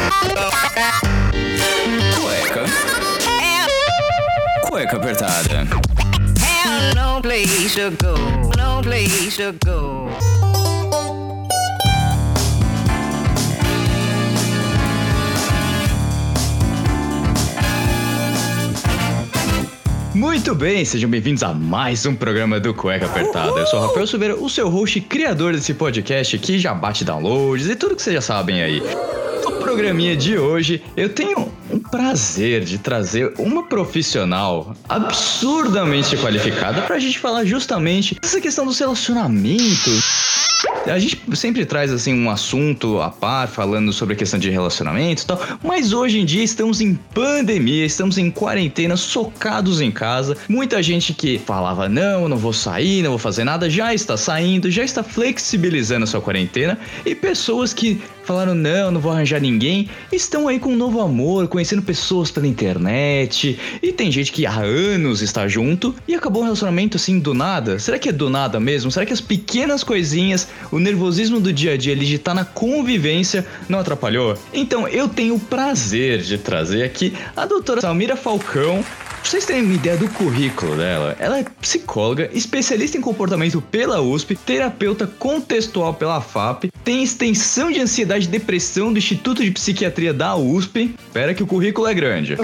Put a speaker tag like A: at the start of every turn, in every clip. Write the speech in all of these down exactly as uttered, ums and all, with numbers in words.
A: Cueca. Cueca apertada.
B: No place to go, no place to go.
C: Muito bem, sejam bem-vindos a mais um programa do Cueca Apertada. Eu sou o Rafael Silveira, o seu host e criador desse podcast que já bate downloads e tudo que vocês já sabem aí. No programinha de hoje, eu tenho um prazer de trazer uma profissional absurdamente qualificada pra gente falar justamente dessa questão dos relacionamentos. A gente sempre traz assim um assunto a par, falando sobre a questão de relacionamento e tal, mas hoje em dia estamos em pandemia, estamos em quarentena, socados em casa. Muita gente que falava, não, não vou sair, não vou fazer nada, já está saindo, já está flexibilizando a sua quarentena. E pessoas que falaram, não, não vou arranjar ninguém, estão aí com um novo amor, conhecendo pessoas pela internet. E tem gente que há anos está junto e acabou um relacionamento assim do nada. Será que é do nada mesmo? Será que as pequenas coisinhas, o nervosismo do dia a dia, ele de estar na convivência, não atrapalhou? Então eu tenho o prazer de trazer aqui a doutora Samira Falcão. Pra vocês terem uma ideia do currículo dela, ela é psicóloga, especialista em comportamento pela U S P, terapeuta contextual pela F A P, tem extensão de ansiedade e depressão do Instituto de Psiquiatria da U S P. Espera que o currículo é grande.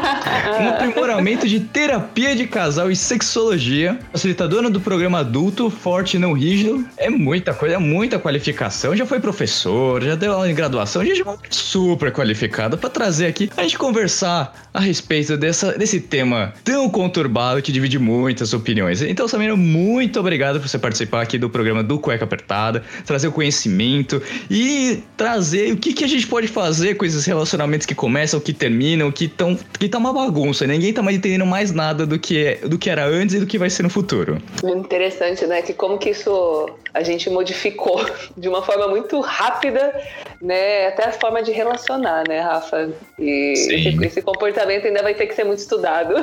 C: Um aprimoramento de terapia de casal e sexologia, facilitadora do programa adulto Forte Não Rígido. É muita coisa, é muita qualificação. Já foi professor, já deu aula em graduação, já é super qualificada para trazer aqui a gente conversar a respeito dessa, desse tema tão conturbado que divide muitas opiniões. Então, Samira, muito obrigado por você participar aqui do programa do Cueca Apertada, trazer o conhecimento e trazer o que, que a gente pode fazer com esses relacionamentos que começam, que terminam, que estão que tá uma bagunça. Ninguém tá mais entendendo mais nada do que, é, do que era antes e do que vai ser no futuro.
D: Interessante, né? Que como que isso a gente modificou de uma forma muito rápida, né? Até a forma de relacionar, né, Rafa? E esse, esse comportamento ainda vai ter que ser muito estudado.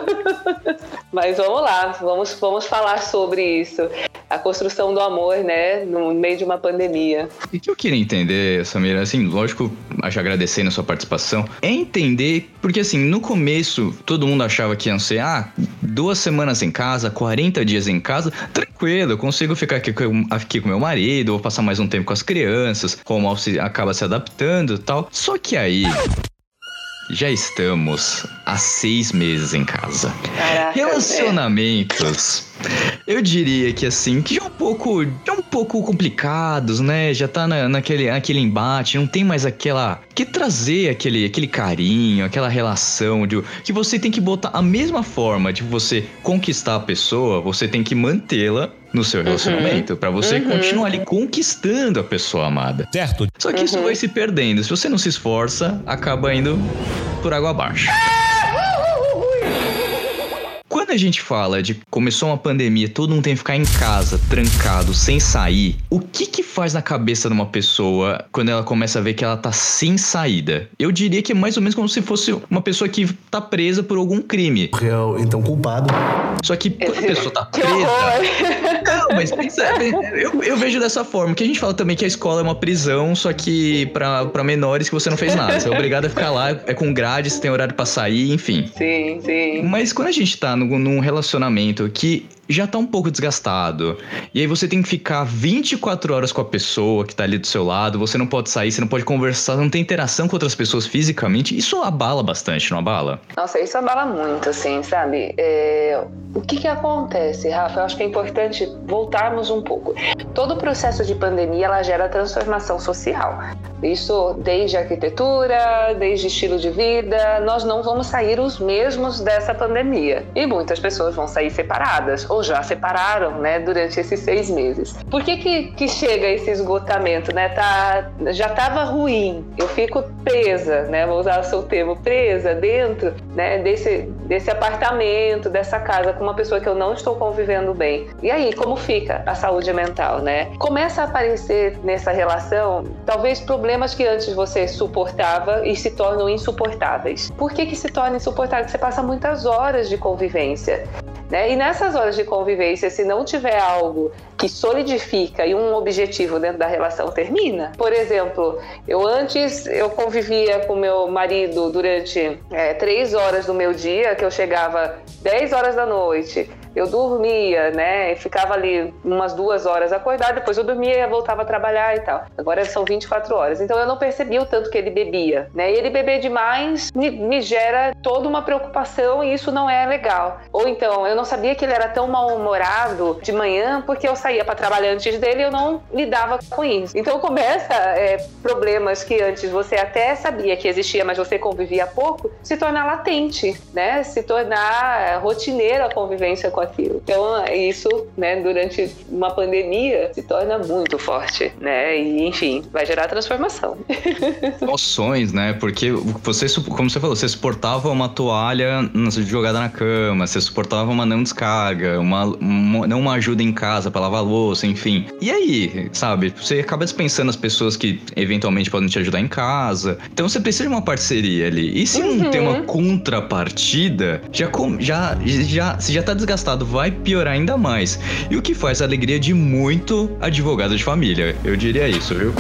D: Mas vamos lá, vamos, vamos falar sobre isso. A construção do amor, né, no meio de uma pandemia.
C: E o que eu queria entender, Samira, assim, lógico, acho agradecendo a sua participação, é entender, porque assim, no começo, todo mundo achava que iam ser, ah, duas semanas em casa, quarenta dias em casa, tranquilo, eu consigo ficar aqui com, aqui com meu marido, vou passar mais um tempo com as crianças, como acaba se adaptando e tal. Só que aí... já estamos há seis meses em casa. Caraca, relacionamentos, é. eu diria que assim, que já um pouco, já um pouco complicados, né? Já tá na, naquele, naquele embate, não tem mais aquela... que trazer aquele, aquele carinho, aquela relação de que você tem que botar a mesma forma de você conquistar a pessoa, você tem que mantê-la no seu relacionamento, uhum. pra você uhum. continuar ali conquistando a pessoa amada. Certo. Só que uhum. isso vai se perdendo. Se você não se esforça, acaba indo por água abaixo. Quando a gente fala de começou uma pandemia, todo mundo tem que ficar em casa, trancado, sem sair, o que que faz na cabeça de uma pessoa quando ela começa a ver que ela tá sem saída? Eu diria que é mais ou menos como se fosse uma pessoa que tá presa por algum crime.
E: Real, então culpado.
C: Só que quando a pessoa tá presa... Não, mas eu, eu vejo dessa forma, que a gente fala também que a escola é uma prisão, só que pra, pra menores que você não fez nada. Você é obrigado a ficar lá, é com grade, você tem horário pra sair, enfim.
D: Sim, sim.
C: Mas quando a gente tá no, num relacionamento que já tá um pouco desgastado, e aí você tem que ficar vinte e quatro horas com a pessoa que tá ali do seu lado, você não pode sair, você não pode conversar, não tem interação com outras pessoas fisicamente, isso abala bastante, não abala?
D: Nossa, isso abala muito, assim, sabe? É... O que que acontece, Rafa? Eu acho que é importante voltarmos um pouco. Todo o processo de pandemia, ela gera transformação social. Isso desde arquitetura, desde estilo de vida, nós não vamos sair os mesmos dessa pandemia. E muitas pessoas vão sair separadas, ou já separaram, né, durante esses seis meses. Por que que, que chega esse esgotamento, né? Tá, já estava ruim, eu fico presa, né? Vou usar o seu termo, presa dentro, né, desse, desse apartamento, dessa casa, com uma pessoa que eu não estou convivendo bem. E aí, como fica a saúde mental, né? Começa a aparecer nessa relação, talvez problemas que antes você suportava e se tornam insuportáveis. Por que que se torna insuportável? Você passa muitas horas de convivência. né? E nessas horas de convivência, se não tiver algo que solidifica e um objetivo dentro da relação, termina. Por exemplo, eu antes eu convivia com meu marido durante é, três horas do meu dia, que eu chegava dez horas da noite, eu dormia, né, e ficava ali umas duas horas acordada, depois eu dormia e voltava a trabalhar e tal. Agora são vinte e quatro horas, então eu não percebi o tanto que ele bebia, né, e ele beber demais me, me gera toda uma preocupação e isso não é legal. Ou então, eu não sabia que ele era tão mal-humorado de manhã porque eu saía para trabalhar antes dele e eu não lidava com isso. Então começa é, problemas que antes você até sabia que existia, mas você convivia pouco, se tornar latente, né, se tornar rotineira a convivência com aquilo. Então, isso, né, durante uma pandemia se torna muito forte, né? E, enfim, vai gerar transformação.
C: Emoções, né? Porque você, como você falou, você suportava uma toalha jogada na cama, você suportava uma não descarga, uma, uma, não uma ajuda em casa pra lavar a louça, enfim. E aí, sabe? Você acaba dispensando as pessoas que eventualmente podem te ajudar em casa. Então, você precisa de uma parceria ali. E se
D: uhum.
C: não tem uma contrapartida, já, já, já, se já tá desgastado, vai piorar ainda mais. E o que faz a alegria de muito advogado de família. Eu diria isso, viu?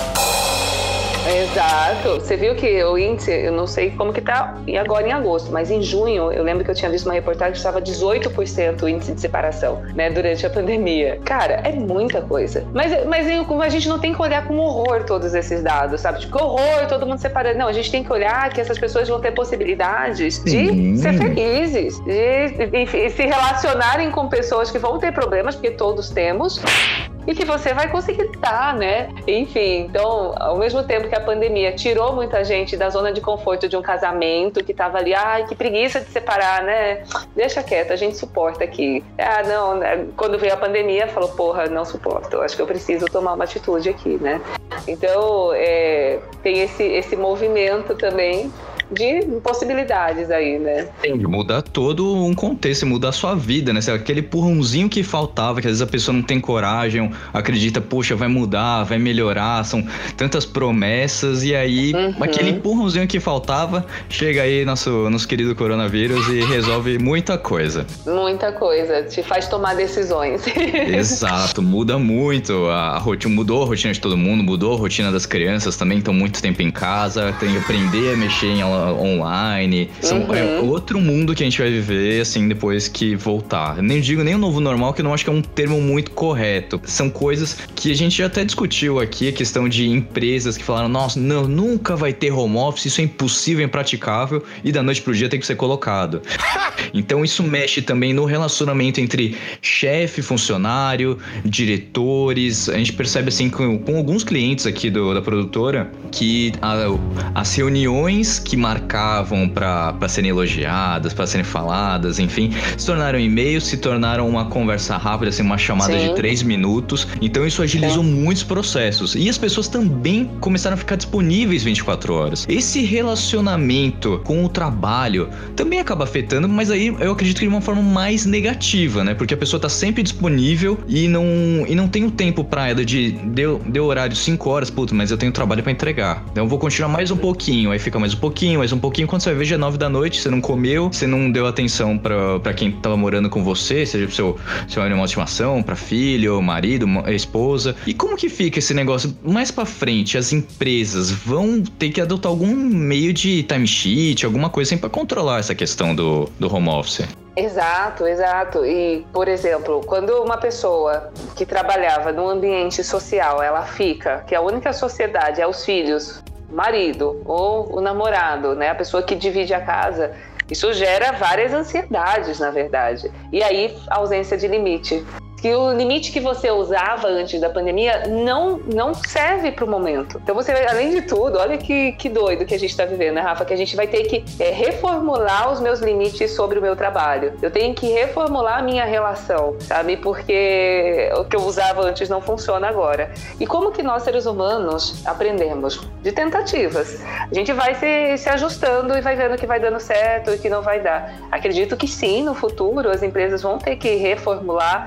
D: Exato. Você viu que o índice, eu não sei como que tá agora em agosto, mas em junho, eu lembro que eu tinha visto uma reportagem que estava dezoito por cento o índice de separação, né, durante a pandemia. Cara, é muita coisa. Mas, mas a gente não tem que olhar com horror todos esses dados, sabe? Tipo, que horror, todo mundo separando. Não, a gente tem que olhar que essas pessoas vão ter possibilidades de Sim. ser felizes, de enfim, se relacionarem com pessoas que vão ter problemas, porque todos temos, e que você vai conseguir lidar, né? Enfim, então, ao mesmo tempo que a pandemia tirou muita gente da zona de conforto de um casamento, que tava ali, ai, que preguiça de separar, né? Deixa quieto, a gente suporta aqui. Ah, não, né? Quando veio a pandemia, falou, porra, não suporto, acho que eu preciso tomar uma atitude aqui, né? Então, é, tem esse, esse movimento também de possibilidades aí, né?
C: Tem que mudar todo um contexto, mudar a sua vida, né? Aquele empurrãozinho que faltava, que às vezes a pessoa não tem coragem, acredita, poxa, vai mudar, vai melhorar, são tantas promessas, e aí uhum. aquele empurrãozinho que faltava, chega aí nosso, nosso querido coronavírus e resolve muita coisa.
D: Muita coisa, te faz tomar decisões.
C: Exato, muda muito, a, a rotina, mudou a rotina de todo mundo, mudou a rotina das crianças também, estão muito tempo em casa, tem que aprender a mexer em online, são, uhum. é outro mundo que a gente vai viver, assim, depois que voltar. Nem digo nem o novo normal, que eu não acho que é um termo muito correto. São coisas que a gente já até discutiu aqui, a questão de empresas que falaram, nossa, não, nunca vai ter home office, isso é impossível, impraticável, e da noite pro dia tem que ser colocado. Então isso mexe também no relacionamento entre chefe, funcionário, diretores. A gente percebe, assim, com, com alguns clientes aqui do, da produtora, que a, as reuniões que marcavam para serem elogiadas, para serem faladas, enfim, se tornaram e-mails, se tornaram uma conversa rápida, assim, uma chamada Sim. de três minutos. Então isso agilizou Sim. muitos processos. E as pessoas também começaram a ficar disponíveis vinte e quatro horas. Esse relacionamento com o trabalho também acaba afetando, mas aí eu acredito que de uma forma mais negativa, né? Porque a pessoa tá sempre disponível e não, e não tem o tempo pra ela de deu, deu horário cinco horas, puta, mas eu tenho trabalho pra entregar. Então eu vou continuar mais um pouquinho, aí fica mais um pouquinho, mais um pouquinho, quando você vai ver já é nove da noite, você não comeu, você não deu atenção pra, pra quem tava morando com você, seja pro seu, seu animal de estimação, pra filho, marido, esposa. E como que fica esse negócio? Mais pra frente, as empresas vão ter que adotar algum meio de timesheet, alguma coisa assim pra controlar essa questão do, do home office?
D: Exato, exato. E, por exemplo, quando uma pessoa que trabalhava num ambiente social, ela fica, que a única sociedade é os filhos, o marido ou o namorado, né? A pessoa que divide a casa, isso gera várias ansiedades, na verdade. E aí, ausência de limite. Que o limite que você usava antes da pandemia não, não serve para o momento. Então você, além de tudo, olha que, que doido que a gente está vivendo, né, Rafa? Que a gente vai ter que é, reformular os meus limites sobre o meu trabalho. Eu tenho que reformular a minha relação, sabe? Porque o que eu usava antes não funciona agora. E como que nós, seres humanos, aprendemos? De tentativas. A gente vai se, se ajustando e vai vendo que vai dando certo e que não vai dar. Acredito que sim, no futuro as empresas vão ter que reformular essa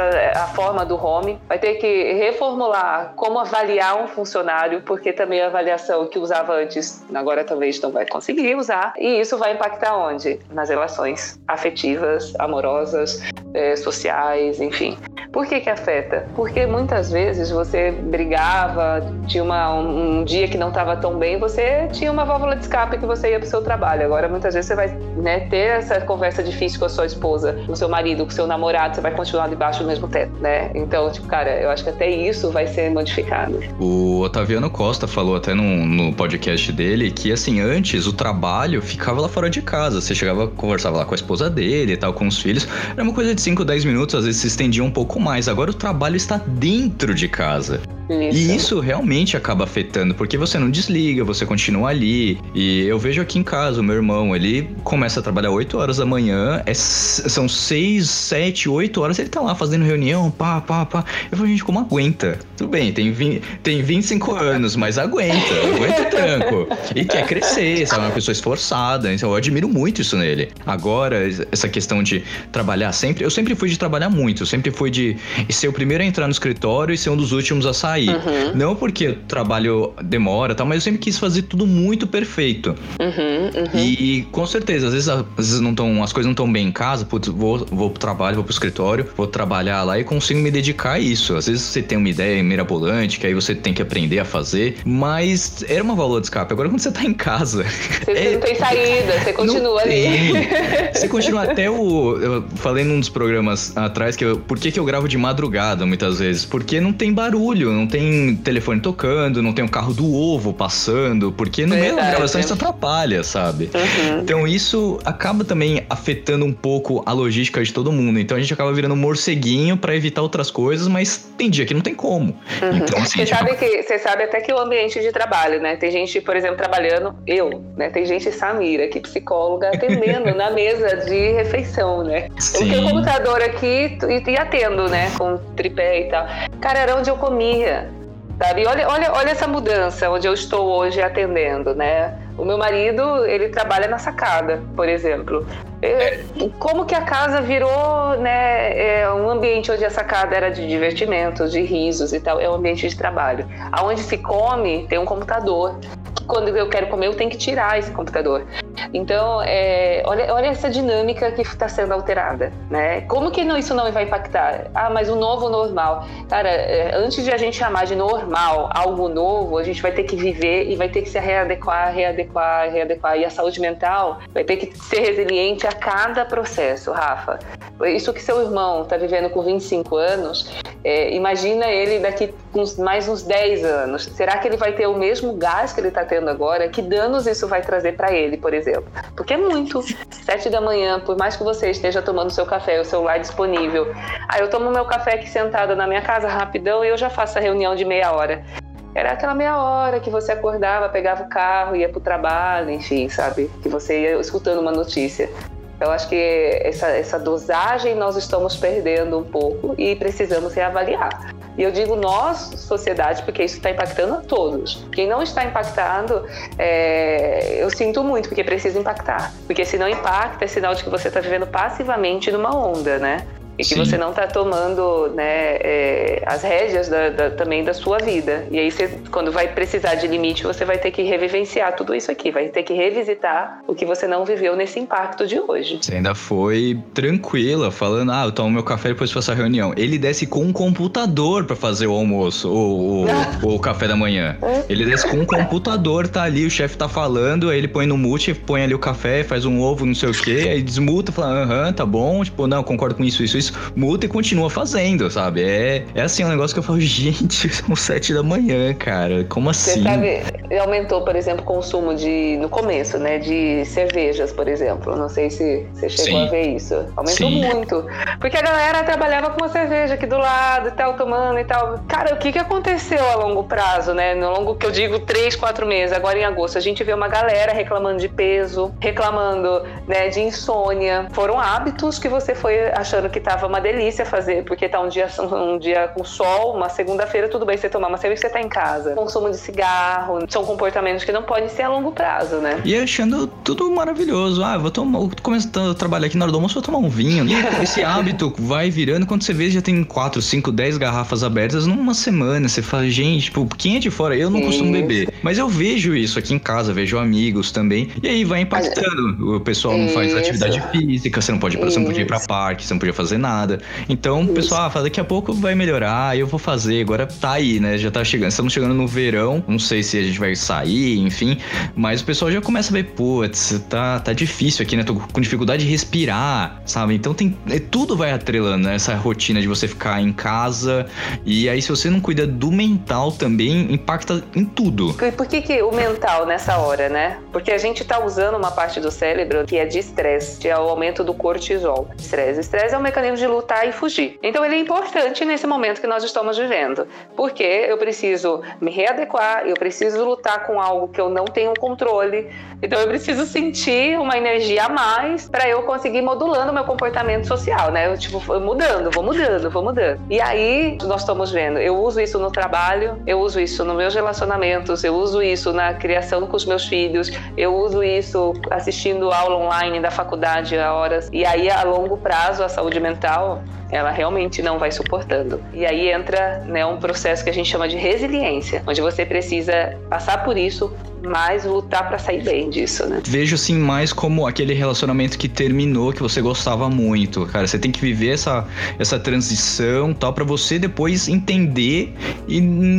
D: essa, a forma do home, vai ter que reformular como avaliar um funcionário, porque também a avaliação que usava antes, agora talvez não vai conseguir usar, e isso vai impactar onde? Nas relações afetivas, amorosas, é, sociais, enfim. Por que que afeta? Porque muitas vezes você brigava, tinha uma, um, um dia que não estava tão bem, você tinha uma válvula de escape que você ia para o seu trabalho. Agora, muitas vezes você vai, né, ter essa conversa difícil com a sua esposa, com o seu marido, com o seu namorado, você vai continuar debaixo do mesmo teto, né? Então, tipo, cara, eu acho que até isso vai ser modificado.
C: O Otaviano Costa falou até no, no podcast dele que, assim, antes o trabalho ficava lá fora de casa. Você chegava, conversava lá com a esposa dele e tal, com os filhos. Era uma coisa de cinco, dez minutos, às vezes se estendia um pouco mais. Agora o trabalho está dentro de casa. Isso. E isso realmente acaba afetando, porque você não desliga, você continua ali. E eu vejo aqui em casa, o meu irmão, ele começa a trabalhar oito horas da manhã, é, são seis, sete, oito horas, ele tá lá fazendo reunião, pá, pá, pá. Eu falo, gente, como aguenta? Tudo bem, tem, vinte, tem vinte e cinco anos, mas aguenta, aguenta o tranco. E quer crescer, sabe? É uma pessoa esforçada, então eu admiro muito isso nele. Agora, essa questão de trabalhar sempre, eu sempre fui de trabalhar muito, eu sempre fui de ser o primeiro a entrar no escritório e ser um dos últimos a sair. Uhum. Não porque o trabalho demora, tal, mas eu sempre quis fazer tudo muito perfeito. Uhum, uhum. E com certeza, às vezes, às vezes não tão, as coisas não estão bem em casa, putz, vou, vou pro trabalho, vou pro escritório, vou trabalhar lá e consigo me dedicar a isso. Às vezes você tem uma ideia mirabolante, que aí você tem que aprender a fazer, mas era uma válvula de escape. Agora quando você tá em casa...
D: Você é, não tem saída, você continua ali.
C: Você continua até o... Eu falei num dos programas atrás, que eu, por que que eu gravo de madrugada muitas vezes? Porque não tem barulho, não tem telefone tocando, não tem um carro do ovo passando, porque no meio da gravação isso atrapalha, sabe? Uhum. Então isso acaba também afetando um pouco a logística de todo mundo. Então a gente acaba virando um morceguinho pra evitar outras coisas, mas tem dia que não tem como.
D: Uhum.
C: Então, assim,
D: você,
C: tipo...
D: sabe que, você sabe até que o ambiente de trabalho, né? Tem gente, por exemplo, trabalhando, eu, né? Tem gente, Samira, que psicóloga, atendendo na mesa de refeição, né? Sim. Eu tenho um computador aqui e, e atendo, né? Com tripé e tal. Cara, era onde eu comia. Sabe? Olha, olha, olha essa mudança onde eu estou hoje atendendo, né? O meu marido, ele trabalha na sacada, por exemplo. Como que a casa virou, né, é um ambiente onde a sacada era de divertimentos, de risos e tal, é um ambiente de trabalho. Aonde se come, tem um computador. Quando eu quero comer, eu tenho que tirar esse computador. Então, é, olha, olha essa dinâmica que está sendo alterada, né? Como que não, isso não vai impactar? Ah, mas o novo normal. Cara, é, antes de a gente chamar de normal algo novo, a gente vai ter que viver e vai ter que se readequar, readequar, readequar. E a saúde mental vai ter que ser resiliente a cada processo, Rafa. Isso que seu irmão está vivendo com vinte e cinco anos, é, imagina ele daqui uns, mais uns dez anos. Será que ele vai ter o mesmo gás que ele está tendo agora? Que danos isso vai trazer para ele, por exemplo? Porque é muito. Sete da manhã, por mais que você esteja tomando seu café, o celular disponível. Ah, eu tomo meu café aqui sentada na minha casa rapidão e eu já faço a reunião de meia hora. Era aquela meia hora que você acordava, pegava o carro, ia pro trabalho, enfim, sabe? Que você ia escutando uma notícia. Eu acho que essa, essa dosagem nós estamos perdendo um pouco e precisamos reavaliar. E eu digo nós, sociedade, porque isso está impactando a todos. Quem não está impactado, é, eu sinto muito, porque precisa impactar. Porque se não impacta, é sinal de que você está vivendo passivamente numa onda, né? E que Sim. você não está tomando, né, é, as rédeas da, da, também da sua vida. E aí, você, quando vai precisar de limite, você vai ter que revivenciar tudo isso aqui. Vai ter que revisitar o que você não viveu nesse impacto de hoje.
C: Você ainda foi tranquila, falando, ah, eu tomo meu café depois faço a reunião. Ele desce com um computador para fazer o almoço, ou, ou o café da manhã. Ele desce com um computador, tá ali, o chefe tá falando, aí ele põe no mute, põe ali o café, faz um ovo, não sei o quê, aí desmuta, fala, aham, tá bom, tipo, não, concordo com isso, isso, isso. Muta e continua fazendo, sabe? É, é assim, um negócio que eu falo, gente, são sete da manhã, cara. Como assim?
D: Você sabe, aumentou, por exemplo, o consumo de, no começo, né? De cervejas, por exemplo. Não sei se você chegou Sim. a ver isso. Aumentou Sim. muito. Porque a galera trabalhava com uma cerveja aqui do lado e tal, tomando e tal. Cara, o que que aconteceu a longo prazo, né? No longo que eu digo, três, quatro meses, agora em agosto, a gente vê uma galera reclamando de peso, reclamando, né, de insônia. Foram hábitos que você foi achando que tá tava uma delícia fazer, porque tá um dia, um dia com sol, uma segunda-feira, tudo bem você tomar uma cerveja, você tá em casa. Consumo de cigarro, são comportamentos que não podem ser a longo prazo, né?
C: E achando tudo maravilhoso. Ah, vou tomar, começando a trabalhar aqui na hora do almoço, vou tomar um vinho. E esse hábito vai virando, quando você vê, já tem quatro, cinco, dez garrafas abertas numa semana. Você fala, gente, tipo, quem é de fora? Eu não
D: isso.
C: costumo beber. Mas eu vejo isso aqui em casa, vejo amigos também. E aí vai impactando. O pessoal não faz
D: isso.
C: atividade física, você não pode, você não podia ir pra parque, você não podia fazer nada. Então, o pessoal, ah, fala, daqui a pouco vai melhorar, eu vou fazer. Agora tá aí, né? Já tá chegando. Estamos chegando no verão. Não sei se a gente vai sair, enfim. Mas o pessoal já começa a ver, putz, tá, tá difícil aqui, né? Tô com dificuldade de respirar, sabe? Então tem, tudo vai atrelando, né? Essa rotina de você ficar em casa. E aí, se você não cuida do mental também, impacta em tudo.
D: Por que, que o mental nessa hora, né? Porque a gente tá usando uma parte do cérebro que é de estresse, que é o aumento do cortisol. Estresse. Estresse é um mecanismo de lutar e fugir. Então ele é importante nesse momento que nós estamos vivendo. Porque eu preciso me readequar, eu preciso lutar com algo que eu não tenho controle. Então eu preciso sentir uma energia a mais para eu conseguir modulando o meu comportamento social, né? Eu, tipo, mudando, vou mudando, vou mudando. E aí nós estamos vendo, eu uso isso no trabalho, eu uso isso nos meus relacionamentos, eu uso isso na criação com os meus filhos, eu uso isso assistindo aula online da faculdade a horas. E aí, a longo prazo, a saúde mental, ela realmente não vai suportando. E aí entra, né, um processo que a gente chama de resiliência, onde você precisa passar por isso, mas lutar pra sair bem disso, né?
C: Vejo, assim, mais como aquele relacionamento que terminou, que você gostava muito, cara. Você tem que viver essa, essa transição, tal, pra você depois entender e,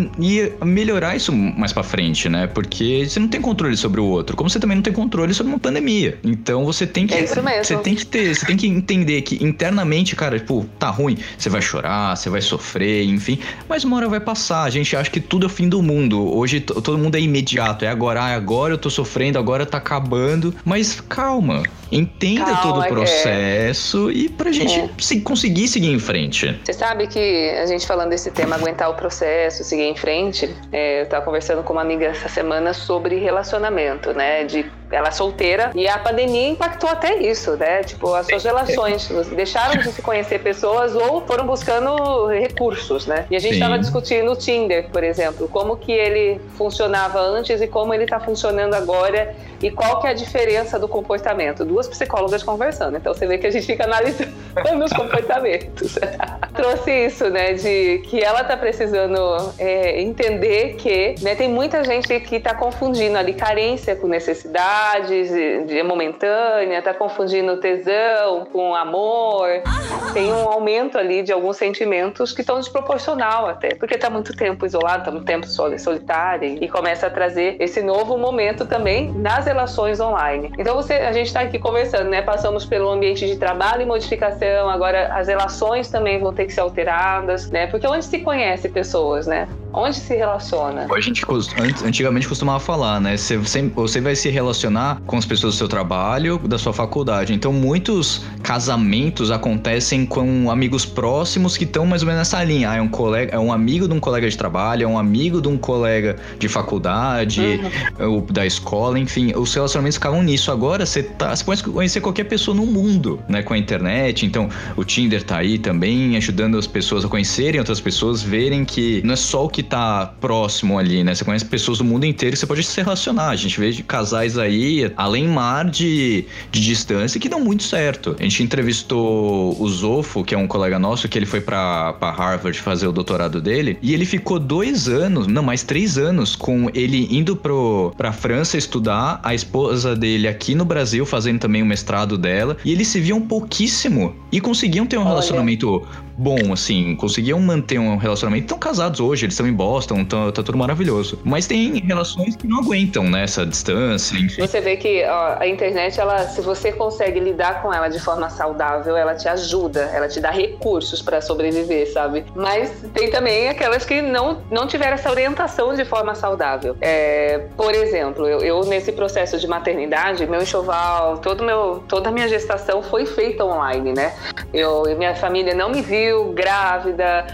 C: e melhorar isso mais pra frente, né? Porque você não tem controle sobre o outro, como você também não tem controle sobre uma pandemia. Então, você tem que...
D: É isso mesmo.
C: Você tem que ter, você tem que entender que internamente, cara, tipo, tá ruim, você vai chorar, você vai sofrer, enfim, mas uma hora vai passar. A gente acha que tudo é o fim do mundo. Hoje, t- todo mundo é imediato, é agora. Ah, agora eu tô sofrendo, agora tá acabando. Mas calma, entenda calma, todo o processo é. E pra gente é. se, conseguir seguir em frente.
D: Você sabe que a gente falando desse tema, aguentar o processo, seguir em frente, é, eu tava conversando com uma amiga essa semana sobre relacionamento, né? De ela solteira, e a pandemia impactou até isso, né? Tipo, as suas relações deixaram de se conhecer pessoas ou foram buscando recursos, né? E a gente Sim. tava discutindo o Tinder, por exemplo, como que ele funcionava antes e como ele tá funcionando agora e qual que é a diferença do comportamento. Duas psicólogas conversando, então você vê que a gente fica analisando os comportamentos. Trouxe isso, né, de que ela tá precisando é, entender que, né, tem muita gente que tá confundindo ali carência com necessidades de, de momentânea, tá confundindo tesão com amor. Tem um aumento ali de alguns sentimentos que estão desproporcional até, porque tá muito tempo isolado, tá muito tempo solitário e começa a trazer esse novo momento também nas relações online. Então você, a gente tá aqui conversando, né? Passamos pelo ambiente de trabalho e modificação, agora as relações também vão ter que ser alteradas, né? Porque onde se conhece pessoas, né? Onde se relaciona?
C: A gente antigamente costumava falar, né? Você, você vai se relacionar com as pessoas do seu trabalho, da sua faculdade. Então muitos casamentos acontecem com amigos próximos que estão mais ou menos nessa linha. Ah, é um colega, é um amigo de um colega de trabalho, é um amigo de um colega de faculdade, uhum. da escola, enfim, os relacionamentos ficavam nisso. Agora você tá, você pode conhecer qualquer pessoa no mundo, né, com a internet. Então o Tinder tá aí também ajudando as pessoas a conhecerem outras pessoas, verem que não é só o que tá próximo ali, né? Você conhece pessoas do mundo inteiro e você pode se relacionar. A gente vê de casais aí além mar de, de distância que dão muito certo. A gente entrevistou o Zofo, que é um colega nosso, que ele foi pra, pra Harvard fazer o doutorado dele, e ele ficou dois anos, não, mais três anos com ele indo pro, pra França estudar, a esposa dele aqui no Brasil fazendo também o mestrado dela, e eles se viam pouquíssimo e conseguiam ter um Olha. relacionamento bom, assim, conseguiam manter um relacionamento. Estão casados hoje, eles estão em Boston, tá, tá tudo maravilhoso. Mas tem relações que não aguentam, né, essa distância, enfim.
D: Você vê que ó, a internet, ela, se você consegue lidar com ela de forma saudável, ela te ajuda, ela te dá recursos para sobreviver, sabe? Mas tem também aquelas que não, não tiveram essa orientação de forma saudável. É, por exemplo, eu, eu nesse processo de maternidade, meu enxoval, todo meu, toda a minha gestação foi feita online, né? Eu, minha família não me viu grávida,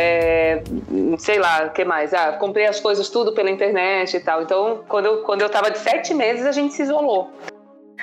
D: é, sei lá, o que mais? Ah, comprei as coisas tudo pela internet e tal. Então, quando eu, quando eu tava de sete meses, a gente se isolou.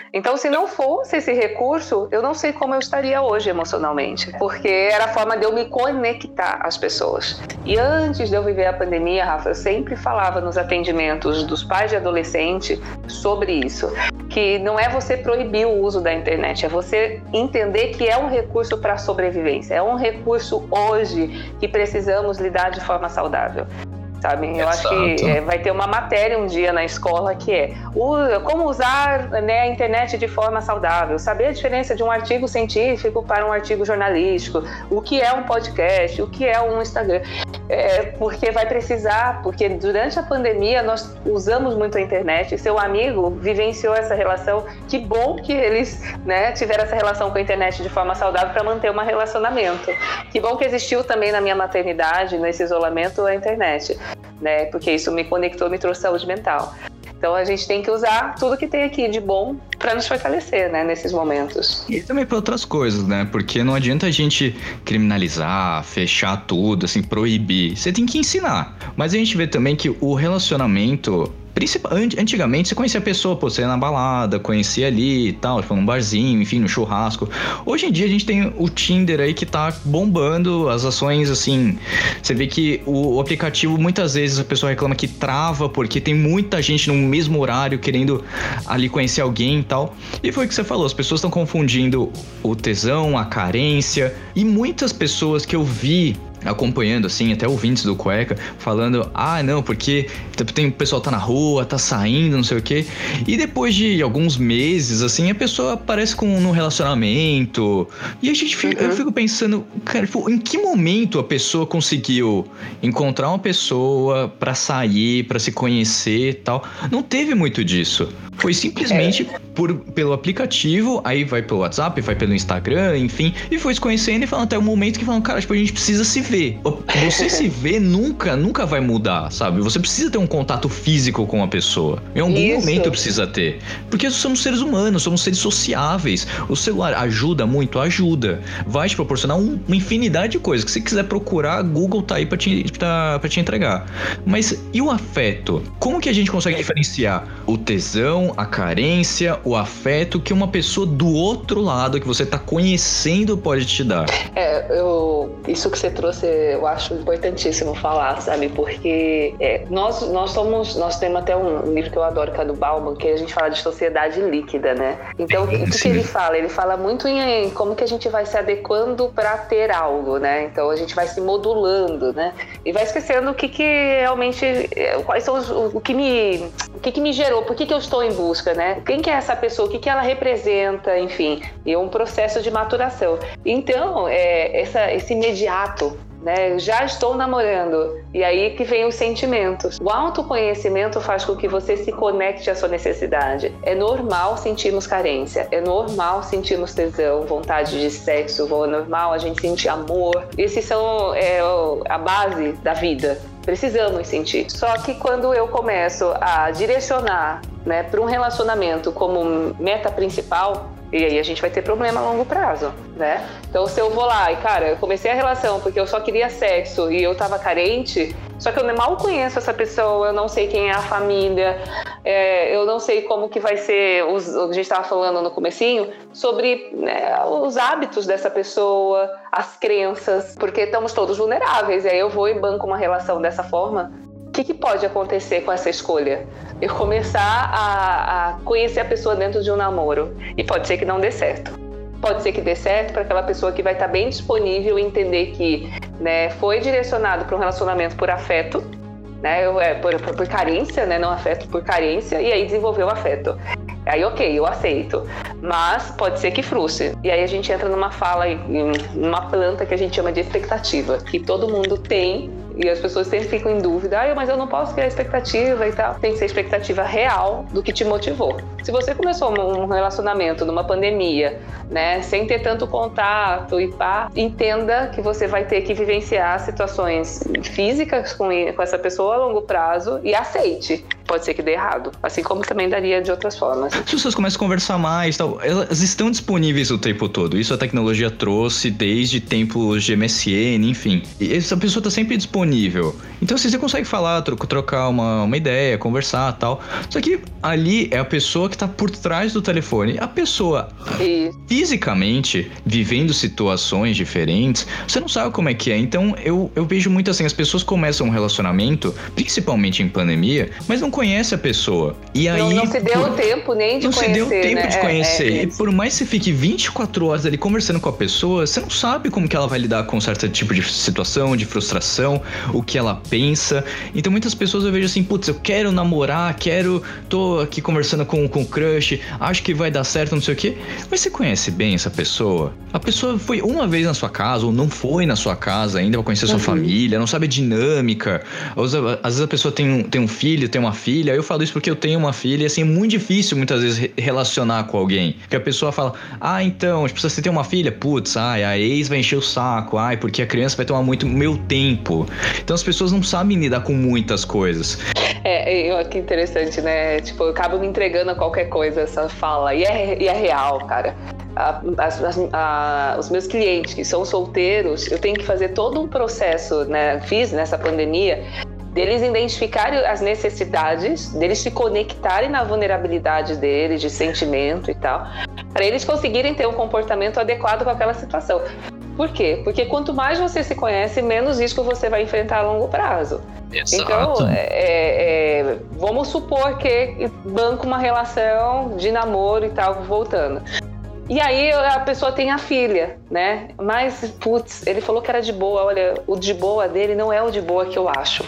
D: Então, se não fosse esse recurso, eu não sei como eu estaria hoje emocionalmente, porque era a forma de eu me conectar às pessoas. E antes de eu viver a pandemia, Rafa, eu sempre falava nos atendimentos dos pais de adolescente sobre isso, que não é você proibir o uso da internet, é você entender que é um recurso para a sobrevivência, é um recurso hoje que precisamos lidar de forma saudável. Sabe? Eu
C: Exato.
D: acho que é, vai ter uma matéria um dia na escola que é o, como usar, né, a internet de forma saudável, saber a diferença de um artigo científico para um artigo jornalístico, o que é um podcast, o que é um Instagram, é, porque vai precisar, porque durante a pandemia nós usamos muito a internet, seu amigo vivenciou essa relação, que bom que eles, né, tiveram essa relação com a internet de forma saudável para manter um relacionamento, que bom que existiu também na minha maternidade, nesse isolamento, a internet. Né? Porque isso me conectou, me trouxe saúde mental. Então a gente tem que usar tudo que tem aqui de bom para nos fortalecer, né, nesses momentos.
C: E também para outras coisas, né? Porque não adianta a gente criminalizar, fechar tudo, assim, proibir. Você tem que ensinar. Mas a gente vê também que o relacionamento... Antigamente você conhecia a pessoa, pô, você ia na balada, conhecia ali e tal, tipo, num barzinho, enfim, no churrasco. Hoje em dia a gente tem o Tinder aí que tá bombando as ações, assim. Você vê que o, o aplicativo, muitas vezes a pessoa reclama que trava porque tem muita gente no mesmo horário querendo ali conhecer alguém e tal. E foi o que você falou, as pessoas estão confundindo o tesão, a carência, e muitas pessoas que eu vi acompanhando, assim, até ouvintes do Cueca, falando, ah, não, porque tem, o pessoal tá na rua, tá saindo, não sei o quê, e depois de alguns meses, assim, a pessoa aparece com um relacionamento, e a gente fica, uhum. eu fico pensando, cara, em que momento a pessoa conseguiu encontrar uma pessoa pra sair, pra se conhecer e tal? Não teve muito disso. Foi simplesmente é. por, pelo aplicativo, aí vai pelo WhatsApp, vai pelo Instagram, enfim, e foi se conhecendo e falando até o momento que falam, cara, tipo, a gente precisa se ver. Você se ver nunca, nunca vai mudar, sabe? Você precisa ter um contato físico com a pessoa. Em algum Isso. momento precisa ter. Porque somos seres humanos, somos seres sociáveis. O celular ajuda muito? Ajuda. Vai te proporcionar um, uma infinidade de coisas. Que se quiser procurar, Google tá aí pra te, pra, pra te entregar. Mas e o afeto? Como que a gente consegue diferenciar o tesão, a carência, o afeto que uma pessoa do outro lado que você tá conhecendo pode te dar?
D: É, eu, isso que você trouxe eu acho importantíssimo falar, sabe? Porque é, nós, nós somos, nós temos até um livro que eu adoro, que é do Bauman, que a gente fala de sociedade líquida, né? Então, o que, que ele fala? Ele fala muito em, em como que a gente vai se adequando para ter algo, né? Então, a gente vai se modulando, né? E vai esquecendo o que que realmente, quais são os, o, o que me, o que que me gerou, por que que eu estou em busca, né? Quem que é essa pessoa, o que que ela representa, enfim, e um processo de maturação. Então, é, essa, esse imediato, né? Já estou namorando, e aí que vem os sentimentos. O autoconhecimento faz com que você se conecte à sua necessidade. É normal sentirmos carência, é normal sentirmos tesão, vontade de sexo, é normal a gente sentir amor. Esses são é, a base da vida. Precisamos sentir. Só que quando eu começo a direcionar, né, para um relacionamento como meta principal, e aí a gente vai ter problema a longo prazo, né? Então, se eu vou lá e, cara, eu comecei a relação porque eu só queria sexo e eu tava carente, só que eu mal conheço essa pessoa, eu não sei quem é a família, é, eu não sei como que vai ser, os, a gente tava falando no comecinho, sobre, né, os hábitos dessa pessoa, as crenças, porque estamos todos vulneráveis, e aí eu vou e banco uma relação dessa forma. O que, que pode acontecer com essa escolha? Eu começar a, a conhecer a pessoa dentro de um namoro. E pode ser que não dê certo. Pode ser que dê certo para aquela pessoa que vai estar bem disponível e entender que, né, foi direcionado para um relacionamento por afeto, né, é, por, por, por carência, né, não afeto, por carência, e aí desenvolveu o afeto. Aí, ok, eu aceito. Mas pode ser que frustre. E aí a gente entra numa fala, em uma planta que a gente chama de expectativa, que todo mundo tem. E as pessoas sempre ficam em dúvida, ah, mas eu não posso criar expectativa e tal. Tem que ser expectativa real do que te motivou. Se você começou um relacionamento numa pandemia, né, sem ter tanto contato e pá, entenda que você vai ter que vivenciar situações físicas com, com essa pessoa a longo prazo e aceite pode ser que dê errado. Assim como também daria de outras formas.
C: As pessoas começam a conversar mais, tal, elas estão disponíveis o tempo todo. Isso a tecnologia trouxe desde tempos de M S N, enfim. E essa pessoa está sempre disponível. Então assim, você consegue falar, tro- trocar uma, uma ideia, conversar, tal. Só que ali é a pessoa que está por trás do telefone. A pessoa
D: E...
C: fisicamente vivendo situações diferentes, você não sabe como é que é. Então eu, eu vejo muito assim, as pessoas começam um relacionamento, principalmente em pandemia, mas não conhece a pessoa. E aí,
D: não, não se deu
C: por...
D: o tempo nem de
C: não
D: conhecer,
C: se deu o tempo
D: né?
C: de conhecer.
D: É, é, é.
C: E por mais que você fique vinte e quatro horas ali conversando com a pessoa, você não sabe como que ela vai lidar com certo tipo de situação, de frustração, o que ela pensa. Então muitas pessoas eu vejo assim, putz, eu quero namorar, quero, tô aqui conversando com, com o crush, acho que vai dar certo, não sei o quê. Mas você conhece bem essa pessoa? A pessoa foi uma vez na sua casa, ou não foi na sua casa ainda pra conhecer a sua
D: Uhum.
C: família, não sabe a dinâmica. Às às vezes a pessoa tem um, tem um filho, tem uma filha. Eu falo isso porque eu tenho uma filha e assim, é muito difícil muitas vezes re- relacionar com alguém. Porque a pessoa fala, ah, então, tipo, você tem uma filha? Putz, ai, a ex vai encher o saco, ai, porque a criança vai tomar muito meu tempo. Então as pessoas não sabem lidar com muitas coisas.
D: É, eu, que interessante, né? Tipo, eu acabo me entregando a qualquer coisa, essa fala. E é, e é real, cara. A, as, as, a, os meus clientes que são solteiros, eu tenho que fazer todo um processo, né? Fiz nessa pandemia, deles identificarem as necessidades, deles se conectarem na vulnerabilidade deles, de sentimento e tal, para eles conseguirem ter um comportamento adequado com aquela situação. Por quê? Porque quanto mais você se conhece, menos risco você vai enfrentar a longo prazo.
C: Exato.
D: Então, é, é, vamos supor que banca uma relação de namoro e tal, voltando. E aí a pessoa tem a filha, né? Mas, putz, ele falou que era de boa. Olha, o de boa dele não é o de boa que eu acho.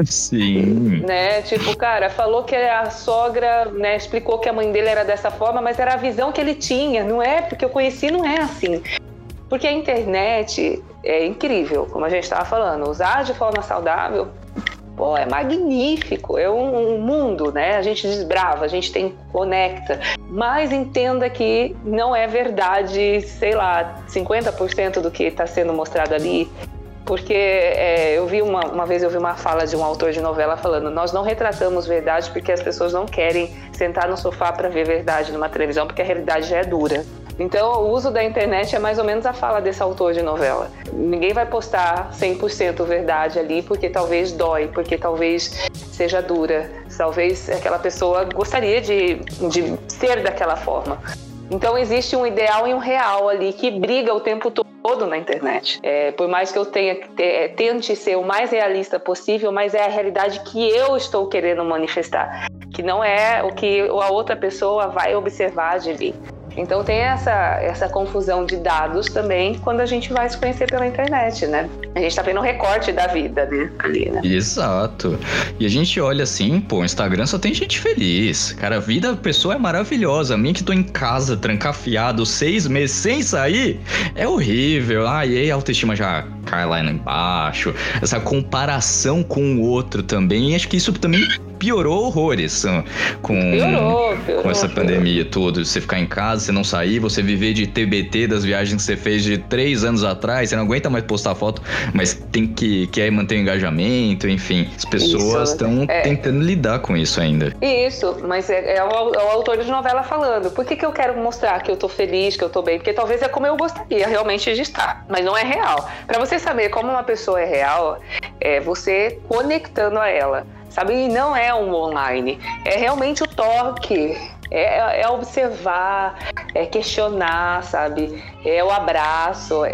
C: Sim.
D: Né? Tipo, cara, falou que a sogra, né, explicou que a mãe dele era dessa forma, mas era a visão que ele tinha. Não é, porque eu conheci, não é assim. Porque a internet é incrível, como a gente estava falando. Usar de forma saudável, pô, é magnífico. É um, um mundo, né? A gente desbrava, a gente tem conecta. Mas entenda que não é verdade, sei lá, cinquenta por cento do que está sendo mostrado ali. Porque é, eu vi uma, uma vez eu vi uma fala de um autor de novela falando: nós não retratamos verdade porque as pessoas não querem sentar no sofá para ver verdade numa televisão, porque a realidade já é dura. Então o uso da internet é mais ou menos a fala desse autor de novela. Ninguém vai postar cem por cento verdade ali, porque talvez dói, porque talvez seja dura, talvez aquela pessoa gostaria de, de ser daquela forma. Então existe um ideal e um real ali que briga o tempo todo na internet. É, por mais que eu tenha, tente ser o mais realista possível, mas é a realidade que eu estou querendo manifestar, que não é o que a outra pessoa vai observar de mim. Então tem essa, essa confusão de dados também quando a gente vai se conhecer pela internet, né? A gente tá vendo um recorte da vida, né? Ali, né?
C: Exato. E a gente olha assim, pô, o Instagram só tem gente feliz. Cara, a vida da pessoa é maravilhosa. A minha que tô em casa, trancafiado, seis meses sem sair, é horrível. Ah, e aí a autoestima já cai lá embaixo. Essa comparação com o outro também. E acho que isso também piorou horrores com,
D: piorou, piorou,
C: com essa
D: piorou.
C: pandemia toda. Você ficar em casa, você não sair, você viver de T B T das viagens que você fez de três anos atrás, você não aguenta mais postar foto, mas tem que quer manter o engajamento, enfim. As pessoas estão
D: é.
C: tentando lidar com isso ainda.
D: Isso, mas é, é, o, é o autor de novela falando. Por que que eu quero mostrar que eu tô feliz, que eu tô bem? Porque talvez é como eu gostaria realmente de estar, mas não é real. Pra você saber como uma pessoa é real, é você conectando a ela. Sabe, e não é um online, é realmente o toque, é, é observar, é questionar, sabe, é o abraço, é,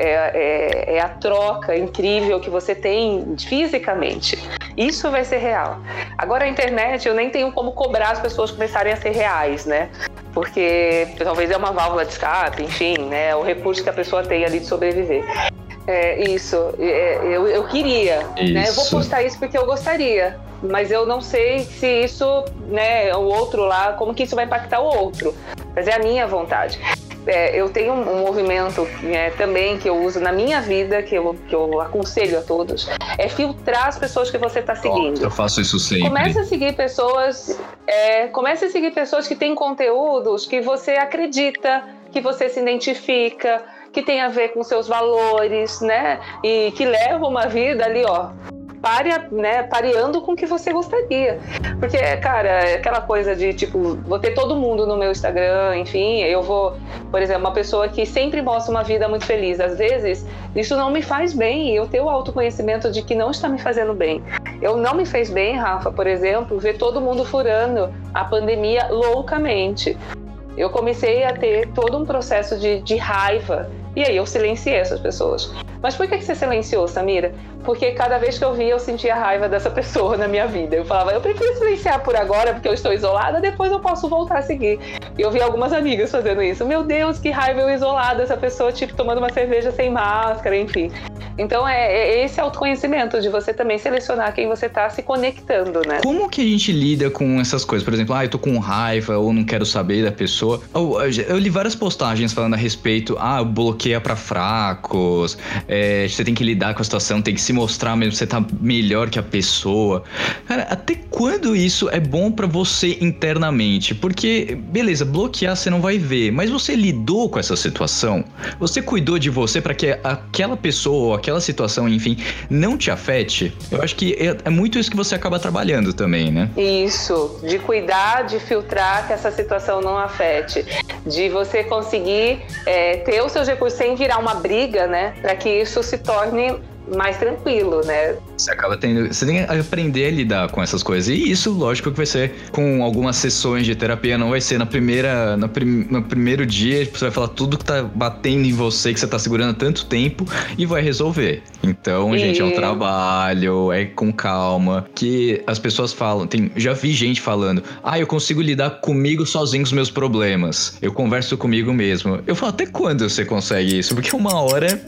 D: é, é a troca incrível que você tem fisicamente. Isso vai ser real. Agora a internet, eu nem tenho como cobrar as pessoas começarem a ser reais, né? Porque talvez é uma válvula de escape, enfim, né? O recurso que a pessoa tem ali de sobreviver. É, isso, é, eu, eu queria,
C: isso.
D: Né? Eu vou postar isso porque eu gostaria, mas eu não sei se isso, né, o outro lá, como que isso vai impactar o outro, mas é a minha vontade. É, eu tenho um, um movimento né, também que eu uso na minha vida, que eu, que eu aconselho a todos, é filtrar as pessoas que você está seguindo.
C: Eu faço isso sempre.
D: Comece a seguir pessoas, é, comece a seguir pessoas que têm conteúdos que você acredita, que você se identifica, que tem a ver com seus valores, né? E que levam uma vida ali, ó, pare, né, pareando com o que você gostaria. Porque, cara, aquela coisa de, tipo, vou ter todo mundo no meu Instagram, enfim, eu vou, por exemplo, uma pessoa que sempre mostra uma vida muito feliz. Às vezes, isso não me faz bem, eu tenho o autoconhecimento de que não está me fazendo bem. Eu não me fez bem, Rafa, por exemplo, ver todo mundo furando a pandemia loucamente. Eu comecei a ter todo um processo de, de raiva, e aí eu silenciei essas pessoas. Mas por que você silenciou, Samira? Porque cada vez que eu via, eu sentia raiva dessa pessoa na minha vida. Eu falava, eu prefiro silenciar por agora, porque eu estou isolada, depois eu posso voltar a seguir. E eu vi algumas amigas fazendo isso. Meu Deus, que raiva eu isolada, essa pessoa, tipo, tomando uma cerveja sem máscara, enfim. Então, é, é esse autoconhecimento de você também selecionar quem você está se conectando, né?
C: Como que a gente lida com essas coisas? Por exemplo, ah, eu tô com raiva ou não quero saber da pessoa. Eu, eu li várias postagens falando a respeito, ah, bloqueia pra fracos, é, você tem que lidar com a situação, tem que se mostrar mesmo, você tá melhor que a pessoa. Cara, até quando isso é bom pra você internamente? Porque, beleza, bloquear você não vai ver, mas você lidou com essa situação? Você cuidou de você pra que aquela pessoa ou aquela situação, enfim, não te afete? Eu acho que é, é muito isso que você acaba trabalhando também, né?
D: Isso, de cuidar, de filtrar que essa situação não afete, de você conseguir é, ter os seus recursos sem virar uma briga, né, para que isso se torne mais tranquilo, né?
C: Você acaba tendo... Você tem que aprender a lidar com essas coisas. E isso, lógico, que vai ser com algumas sessões de terapia. Não vai ser na primeira... No, prim, no primeiro dia, você vai falar tudo que tá batendo em você, que você tá segurando há tanto tempo, e vai resolver. Então, e... gente, é um trabalho, é com calma. Que as pessoas falam... Tem, já vi gente falando, ah, eu consigo lidar comigo sozinho com os meus problemas. Eu converso comigo mesmo. Eu falo, até quando você consegue isso? Porque uma hora...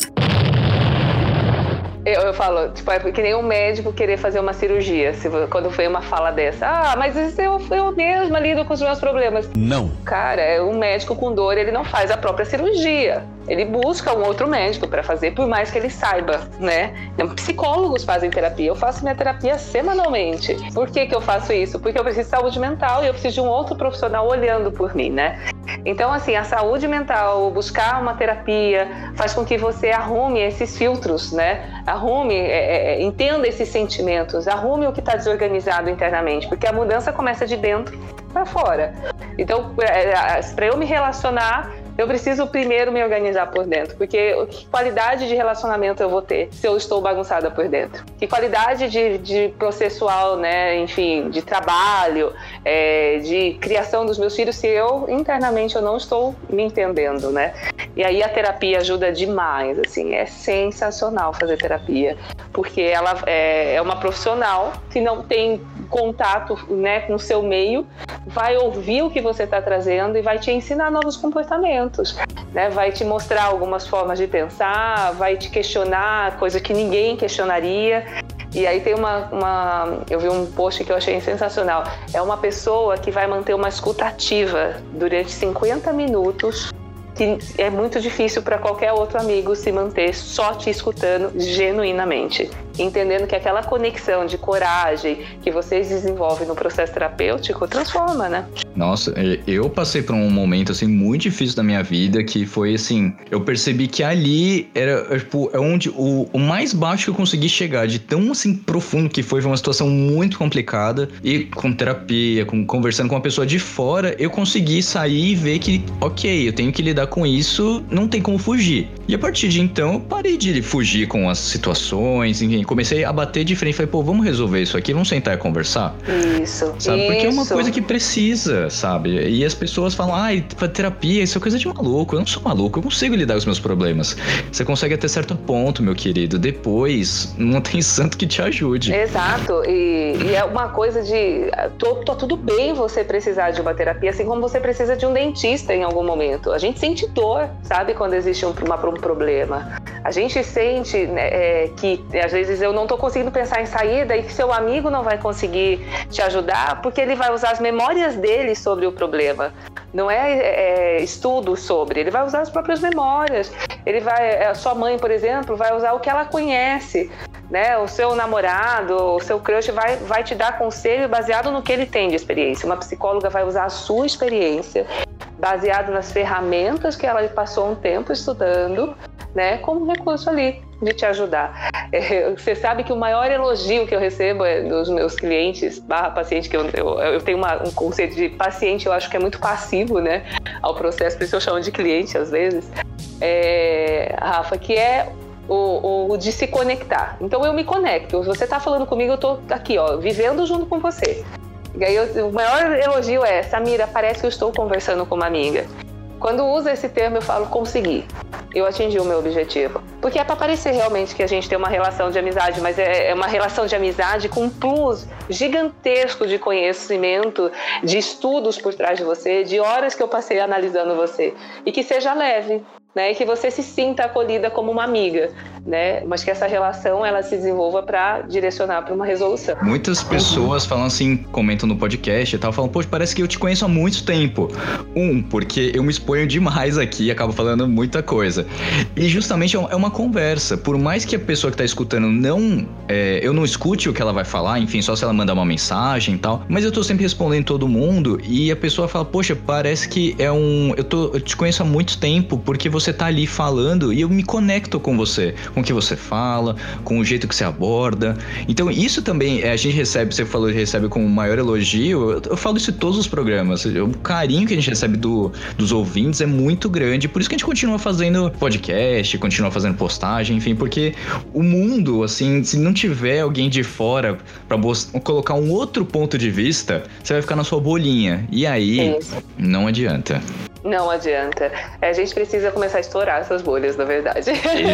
D: Eu, eu falo, tipo, é que nem um médico querer fazer uma cirurgia, se, quando foi uma fala dessa. Ah, mas eu, eu mesma lido com os meus problemas.
E: Não.
D: Cara, um médico com dor, ele não faz a própria cirurgia. Ele busca um outro médico para fazer, por mais que ele saiba, né? Então, psicólogos fazem terapia. Eu faço minha terapia semanalmente. Por que que eu faço isso? Porque eu preciso de saúde mental e eu preciso de um outro profissional olhando por mim, né? Então, assim, a saúde mental, buscar uma terapia, faz com que você arrume esses filtros, né? Arrume, é, é, entenda esses sentimentos, arrume o que está desorganizado internamente, porque a mudança começa de dentro para fora. Então, para eu me relacionar, eu preciso primeiro me organizar por dentro, porque que qualidade de relacionamento eu vou ter se eu estou bagunçada por dentro? Que qualidade de, de processual, né, enfim, de trabalho, é, de criação dos meus filhos, se eu internamente eu não estou me entendendo, né? E aí a terapia ajuda demais, assim, é sensacional fazer terapia, porque ela é, é uma profissional que não tem contato, né, com o seu meio, vai ouvir o que você está trazendo e vai te ensinar novos comportamentos, né? Vai te mostrar algumas formas de pensar, vai te questionar, coisa que ninguém questionaria. E aí tem uma, uma... Eu vi um post que eu achei sensacional. É uma pessoa que vai manter uma escuta ativa durante cinquenta minutos, que é muito difícil para qualquer outro amigo se manter só te escutando genuinamente, entendendo que aquela conexão de coragem que vocês desenvolvem no processo terapêutico transforma, né?
C: Nossa, eu passei por um momento, assim, muito difícil da minha vida, que foi, assim, eu percebi que ali era, tipo, é onde o, o mais baixo que eu consegui chegar, de tão, assim, profundo que foi, foi uma situação muito complicada, e com terapia, com, conversando com uma pessoa de fora, eu consegui sair e ver que, ok, eu tenho que lidar com isso, não tem como fugir. E a partir de então, eu parei de fugir com as situações, enfim, comecei a bater de frente, falei, pô, vamos resolver isso aqui, vamos sentar e conversar?
D: Isso,
C: sabe? Porque
D: isso.
C: é uma coisa que precisa, sabe? E as pessoas falam, ai, ah, terapia, isso é coisa de maluco. Eu não sou maluco, eu consigo lidar com os meus problemas. Você consegue até certo ponto, meu querido. Depois, não tem santo que te ajude.
D: Exato, e, e é uma coisa de... Tô, tô tudo bem você precisar de uma terapia, assim como você precisa de um dentista em algum momento. A gente sente dor, sabe? Quando existe um, uma, um problema. A gente sente, né, é, que às vezes eu não tô conseguindo pensar em saída e que seu amigo não vai conseguir te ajudar porque ele vai usar as memórias dele sobre o problema. Não é, é estudo sobre, ele vai usar as próprias memórias. Ele vai, a sua mãe, por exemplo, vai usar o que ela conhece, né? O seu namorado, o seu crush vai, vai te dar conselho baseado no que ele tem de experiência. Uma psicóloga vai usar a sua experiência baseado nas ferramentas que ela passou um tempo estudando, né, como recurso ali. de te ajudar. É, você sabe que o maior elogio que eu recebo é dos meus clientes, barra paciente, que eu, eu, eu tenho uma, um conceito de paciente, eu acho que é muito passivo, né, ao processo, por isso eu chamo de cliente às vezes, é, Rafa, que é o, o de se conectar. Então eu me conecto, você tá falando comigo, eu tô aqui, ó, vivendo junto com você. E aí eu, o maior elogio é, Samira, parece que eu estou conversando com uma amiga. Quando usa esse termo, eu falo, consegui. Eu atingi o meu objetivo. Porque é para parecer realmente que a gente tem uma relação de amizade, mas é, é uma relação de amizade com um plus gigantesco de conhecimento, de estudos por trás de você, de horas que eu passei analisando você. E que seja leve, né? E que você se sinta acolhida como uma amiga, né? Mas que essa relação ela se desenvolva para direcionar para uma resolução.
C: Muitas pessoas uhum. falam assim, comentam no podcast e tal, falam, poxa, parece que eu te conheço há muito tempo. Um, porque eu me exponho demais aqui e acabo falando muita coisa. E justamente é uma conversa. Por mais que a pessoa que tá escutando não... É, eu não escute o que ela vai falar, enfim, só se ela mandar uma mensagem e tal, mas eu tô sempre respondendo todo mundo e a pessoa fala, poxa, parece que é um... Eu, tô, eu te conheço há muito tempo porque você você tá ali falando e eu me conecto com você, com o que você fala, com o jeito que você aborda. Então isso também, a gente recebe, você falou que recebe com o maior elogio, eu, eu falo isso em todos os programas, o carinho que a gente recebe do, dos ouvintes é muito grande, por isso que a gente continua fazendo podcast, continua fazendo postagem, enfim, porque o mundo, assim, se não tiver alguém de fora pra colocar um outro ponto de vista, você vai ficar na sua bolinha, e aí não adianta.
D: Não adianta. A gente precisa começar a estourar essas bolhas, na verdade.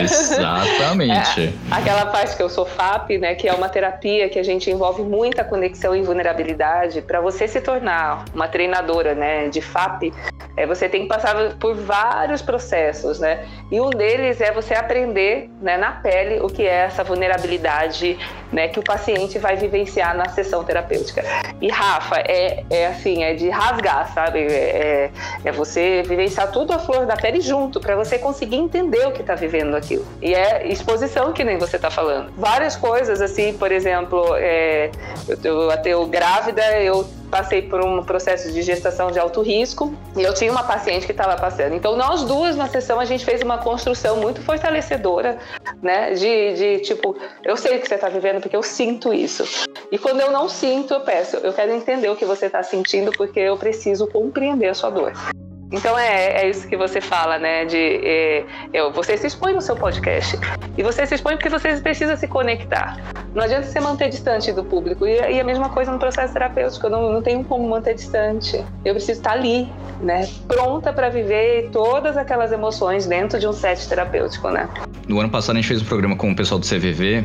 C: Exatamente.
D: É, aquela parte que eu sou F A P, né, que é uma terapia que a gente envolve muita conexão e vulnerabilidade. Para você se tornar uma treinadora, né, de F A P, é, você tem que passar por vários processos, né? E um deles é você aprender, né, na pele o que é essa vulnerabilidade, né, que o paciente vai vivenciar na sessão terapêutica. E Rafa, é, é assim, é de rasgar, sabe? É, é você vivenciar tudo a flor da pele junto, para você conseguir entender o que está vivendo aquilo. E é exposição, que nem você está falando. Várias coisas, assim, por exemplo, é, eu, eu até eu grávida, eu passei por um processo de gestação de alto risco e eu tinha uma paciente que estava passando. Então, nós duas na sessão, a gente fez uma construção muito fortalecedora, né? De, de tipo, eu sei o que você está vivendo porque eu sinto isso. E quando eu não sinto, eu peço, eu quero entender o que você está sentindo porque eu preciso compreender a sua dor. Então é, é isso que você fala, né? De, é, é, você se expõe no seu podcast. E você se expõe porque você precisa se conectar. Não adianta você manter distante do público. E, e a mesma coisa no processo terapêutico. Eu não, não tenho como manter distante. Eu preciso estar ali, né? Pronta para viver todas aquelas emoções dentro de um set terapêutico, né?
C: No ano passado a gente fez um programa com o pessoal do C V V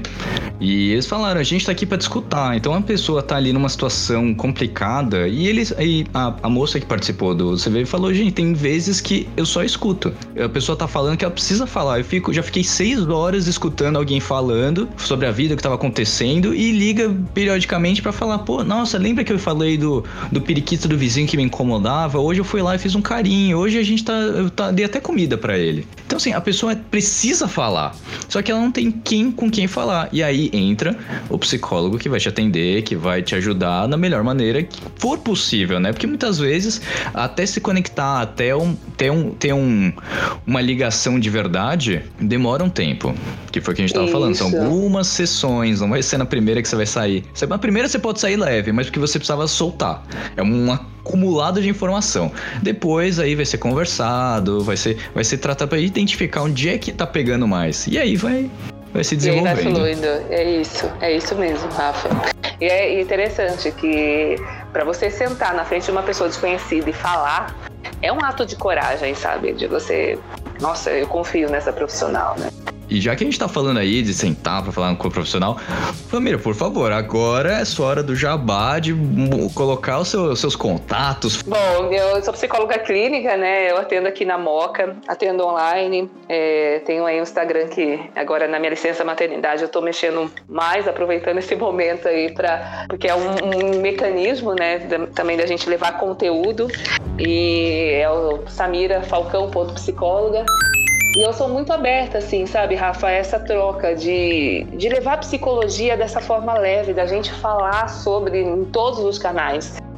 C: e eles falaram, a gente tá aqui para te escutar. Então a pessoa tá ali numa situação complicada e eles, aí a, a moça que participou do C V V falou, gente, tem vezes que eu só escuto. A pessoa tá falando que ela precisa falar. Eu fico, já fiquei seis horas escutando alguém falando sobre a vida, o que tava acontecendo e liga periodicamente pra falar, pô, nossa, lembra que eu falei do, do periquito do vizinho que me incomodava? Hoje eu fui lá e fiz um carinho. Hoje a gente tá, eu tá, dei até comida pra ele. Então assim, a pessoa precisa falar. Só que ela não tem quem com quem falar. E aí entra o psicólogo que vai te atender, que vai te ajudar da melhor maneira que for possível, né? Porque muitas vezes até se conectar, até um, ter, um, ter um, uma ligação de verdade, demora um tempo. Que foi o que a gente tava Isso. falando. São algumas sessões, não vai ser na primeira que você vai sair. Na primeira você pode sair leve, mas porque você precisava soltar. É um acumulado de informação. Depois aí vai ser conversado, vai ser, vai ser tratado para identificar onde é que tá pegando mais. E aí vai... vai se desenvolvendo.
D: E aí vai fluindo. É isso, é isso mesmo, Rafa. E é interessante que para você sentar na frente de uma pessoa desconhecida e falar, é um ato de coragem, sabe? De você, nossa, eu confio nessa profissional, né?
C: E já que a gente tá falando aí de sentar pra falar com o profissional, família, por favor, agora é sua hora do jabá, de colocar os seus, seus contatos.
D: Bom, eu sou psicóloga clínica, né? Eu atendo aqui na Moca, atendo online, é, tenho aí um Instagram que agora na minha licença maternidade eu tô mexendo mais, aproveitando esse momento aí pra, porque é um, um mecanismo, né, da, também da gente levar conteúdo, e é o samira falcão ponto psicóloga. E eu sou muito aberta, assim, sabe, Rafa, a essa troca de, de levar a psicologia dessa forma leve, da gente falar sobre em todos os canais.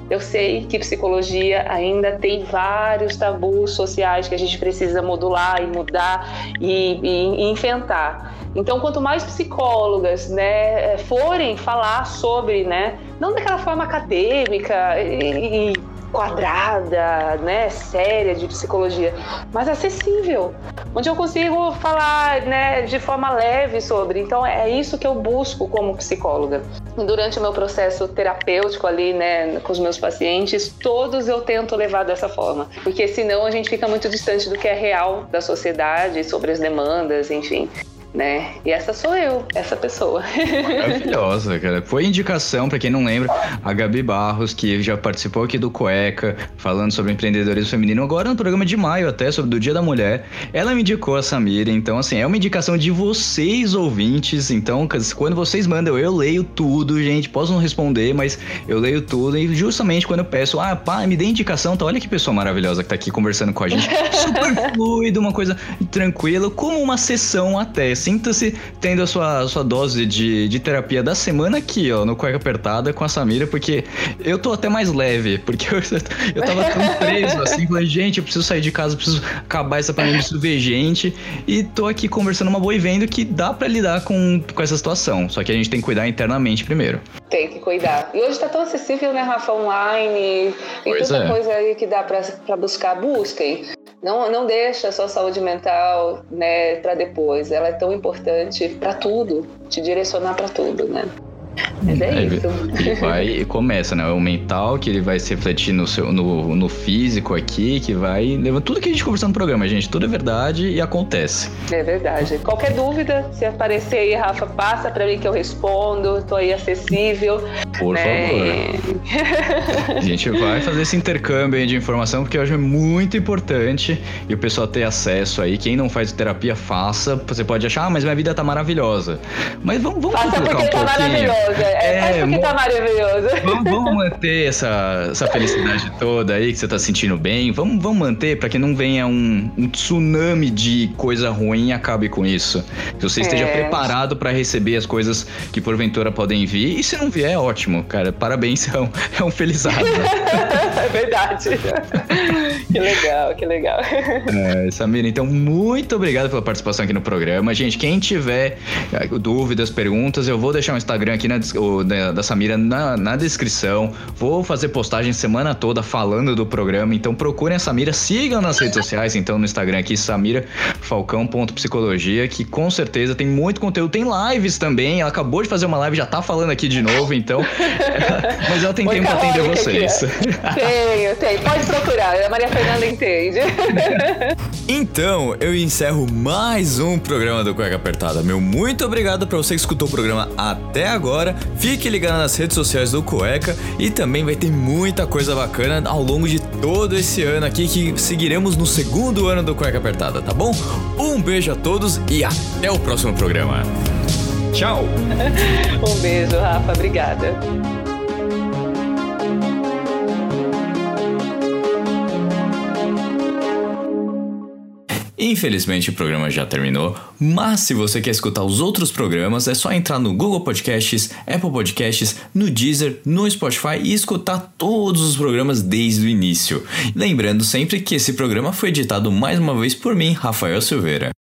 D: Eu sei que psicologia ainda tem vários tabus sociais que a gente precisa modular e mudar e, e, e enfrentar. Então, quanto mais psicólogas, né, forem falar sobre, né, não daquela forma acadêmica e, e quadrada, né, séria de psicologia, mas acessível, onde eu consigo falar, né, de forma leve sobre. Então é isso que eu busco como psicóloga. E durante o meu processo terapêutico ali, né, com os meus pacientes, todos eu tento levar dessa forma, porque senão a gente fica muito distante do que é real da sociedade, sobre as demandas, enfim. Né? E essa sou eu, essa pessoa.
C: Maravilhosa, cara. Foi indicação, pra quem não lembra, a Gabi Barros, que já participou aqui do Cueca, falando sobre empreendedorismo feminino, agora no programa de maio até, sobre do Dia da Mulher. Ela me indicou a Samira, então assim, é uma indicação de vocês, ouvintes. Então, quando vocês mandam, eu leio tudo, gente. Posso não responder, mas eu leio tudo. E justamente quando eu peço, ah, pá, me dê indicação, tá? Olha que pessoa maravilhosa que tá aqui conversando com a gente. Super fluido, uma coisa tranquila, como uma sessão até. Sinta-se tendo a sua, a sua dose de, de terapia da semana aqui, ó, no Cueca Apertada com a Samira, porque eu tô até mais leve, porque eu, eu tava tão preso, assim, falei, gente, eu preciso sair de casa, eu preciso acabar essa pandemia, preciso ver gente, e tô aqui conversando uma boa e vendo que dá pra lidar com, com essa situação, só que a gente tem que cuidar internamente primeiro.
D: Tem que cuidar. E hoje tá tão acessível, né, Rafa, online, tem pois tanta é. coisa aí que dá pra, pra buscar, busquem. Não, não deixa a sua saúde mental, né, para depois. Ela é tão importante para tudo, te direcionar para tudo, né? Mas é, é isso.
C: E vai e começa, né? O mental, que ele vai se refletir no, seu, no, no físico aqui, que vai levar tudo que a gente conversou no programa, gente. Tudo é verdade e acontece.
D: É verdade. Qualquer dúvida, se aparecer aí, Rafa, passa pra mim que eu respondo. Tô aí acessível.
C: Por né? favor. A gente vai fazer esse intercâmbio aí de informação, porque eu acho muito importante e o pessoal ter acesso aí. Quem não faz terapia, faça. Você pode achar, ah, mas minha vida tá maravilhosa. Mas vamos, vamos
D: faça porque um tá pouquinho. Maravilhosa. É, é porque mo- tá maravilhoso.
C: Vamos, vamos manter essa, essa felicidade toda aí que você tá sentindo bem. Vamos, vamos manter para que não venha um, um tsunami de coisa ruim e acabe com isso. Que você esteja é. preparado para receber as coisas que porventura podem vir. E se não vier, é ótimo, cara. Parabéns, é um, é um felizardo.
D: É verdade. Que legal, que legal.
C: É, Samira, então muito obrigado pela participação aqui no programa. Gente, quem tiver dúvidas, perguntas, eu vou deixar o Instagram aqui na, o, da, da Samira na, na descrição. Vou fazer postagem semana toda falando do programa, então procurem a Samira, sigam nas redes sociais, então no Instagram aqui, samira falcão ponto psicologia, que com certeza tem muito conteúdo, tem lives também, ela acabou de fazer uma live, já tá falando aqui de novo, então ela, mas ela tem tempo pra atender vocês.
D: Tenho, tenho, pode procurar, a Maria Fernanda entende.
C: Então, eu encerro mais um programa do Cueca Apertada. Meu muito obrigado pra você que escutou o programa até agora. Fique ligado nas redes sociais do Cueca e também vai ter muita coisa bacana ao longo de todo esse ano aqui, que seguiremos no segundo ano do Cueca Apertada, tá bom? Um beijo a todos e até o próximo programa. Tchau!
D: Um beijo, Rafa, obrigada.
C: Infelizmente o programa já terminou, mas se você quer escutar os outros programas, é só entrar no Google Podcasts, Apple Podcasts, no Deezer, no Spotify e escutar todos os programas desde o início. Lembrando sempre que esse programa foi editado mais uma vez por mim, Rafael Silveira.